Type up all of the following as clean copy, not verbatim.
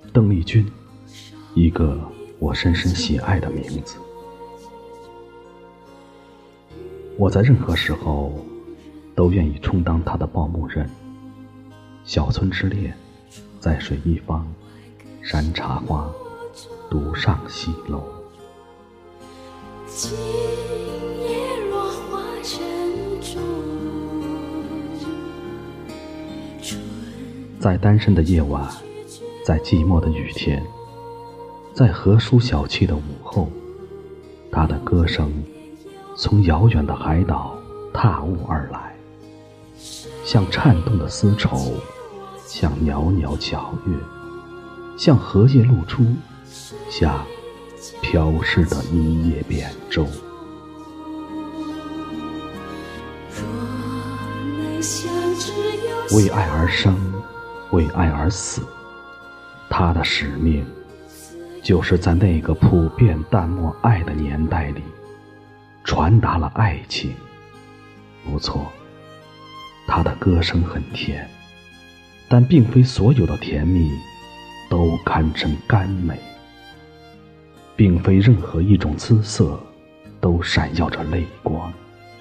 邓丽君，一个我深深喜爱的名字。我在任何时候都愿意充当她的报幕人。小村之恋，在水一方，山茶花，独上西楼。 今夜落花珍珠， 在单身的夜晚，在寂寞的雨天，在河疏小憩的午后，他的歌声从遥远的海岛踏雾而来，像颤动的丝绸，像袅袅皎月，像荷叶露出，像飘逝的一叶扁舟。为爱而生，为爱而死，他的使命就是在那个普遍淡漠爱的年代里传达了爱情。不错，他的歌声很甜，但并非所有的甜蜜都堪称甘美，并非任何一种姿色都闪耀着泪光。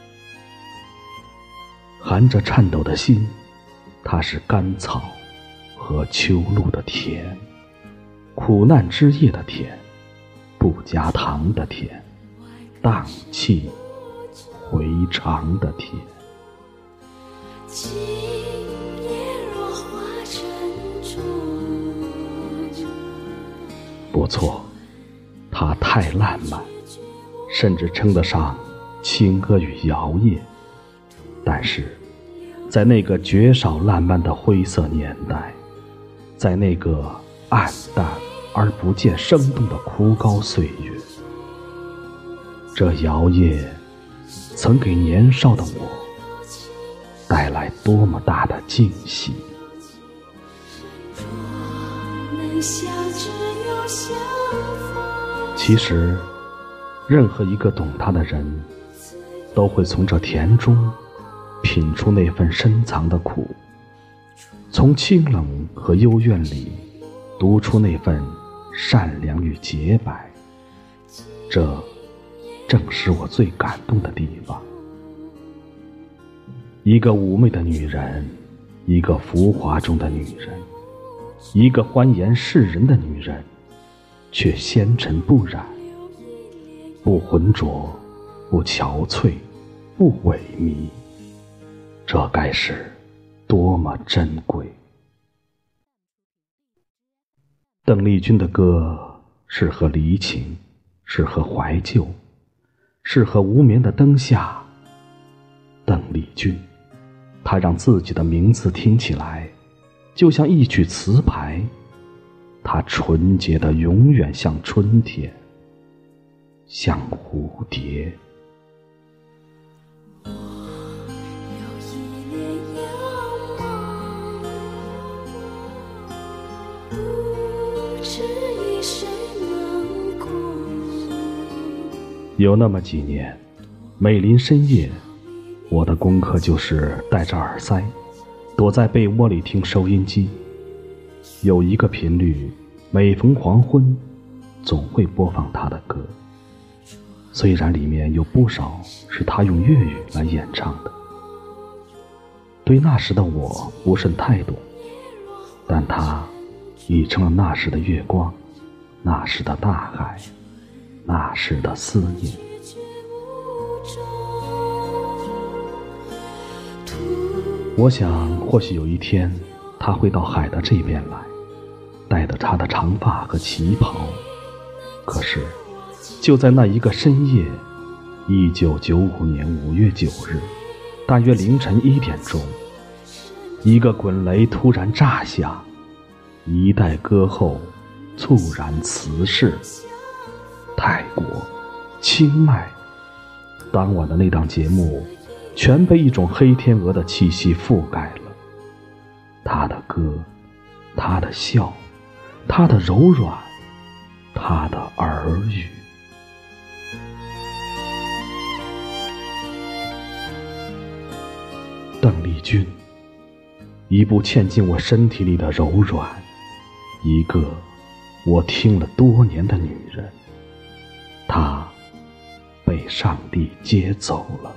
含着颤抖的心，它是甘草和秋露的甜，苦难之夜的甜，不加糖的甜，荡气回肠的甜。 今夜落花珍珠， 不错，它太烂漫，甚至称得上轻歌与摇曳。但是在那个绝少烂漫的灰色年代，在那个暗淡而不见生动的枯槁岁月，这摇曳曾给年少的我带来多么大的惊喜。其实任何一个懂他的人都会从这甜中品出那份深藏的苦，从清冷和幽怨里读出那份善良与洁白。这正是我最感动的地方。一个妩媚的女人，一个浮华中的女人，一个欢颜世人的女人，却纤尘不染，不浑浊，不憔悴，不萎靡。这该是多么珍贵！邓丽君的歌适合离情，适合怀旧，适合无眠的灯下。邓丽君，她让自己的名字听起来就像一曲词牌，她纯洁的永远像春天，像蝴蝶。有那么几年，每临深夜，我的功课就是戴着耳塞，躲在被窝里听收音机。有一个频率，每逢黄昏，总会播放他的歌。虽然里面有不少是他用粤语来演唱的。对那时的我不甚太懂，但他已成了那时的月光，那时的大海，那时的思念。我想或许有一天他会到海的这边来，带着他的长发和旗袍。可是就在那一个深夜，1995年5月9日，大约凌晨1点钟，一个滚雷突然炸响，一代歌后猝然辞世。泰国清迈，当晚的那档节目全被一种黑天鹅的气息覆盖了。他的歌，他的笑，他的柔软，他的耳语。邓丽君，一部嵌进我身体里的柔软，一个我听了多年的女人，她被上帝接走了。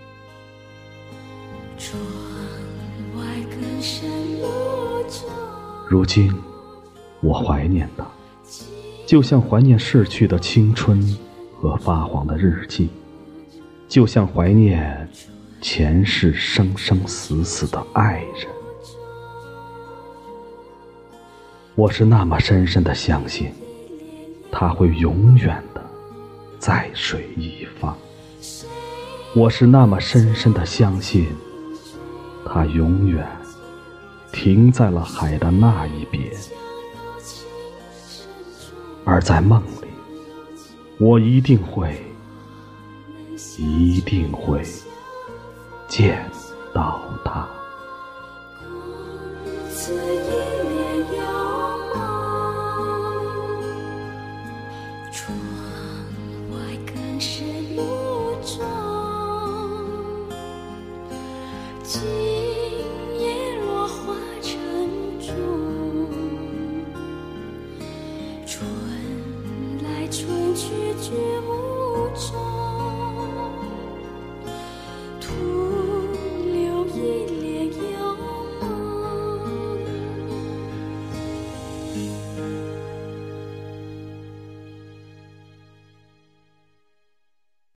窗外更深入中， 如今我怀念她，就像怀念逝去的青春和发黄的日记，就像怀念前世生生死死的爱人。我是那么深深地相信，他会永远的在水一方。我是那么深深地相信，他永远停在了海的那一边。而在梦里，我一定会见到他。 此一帘遥望，窗外更深入中，今夜落花沉重，春来春去绝无踪。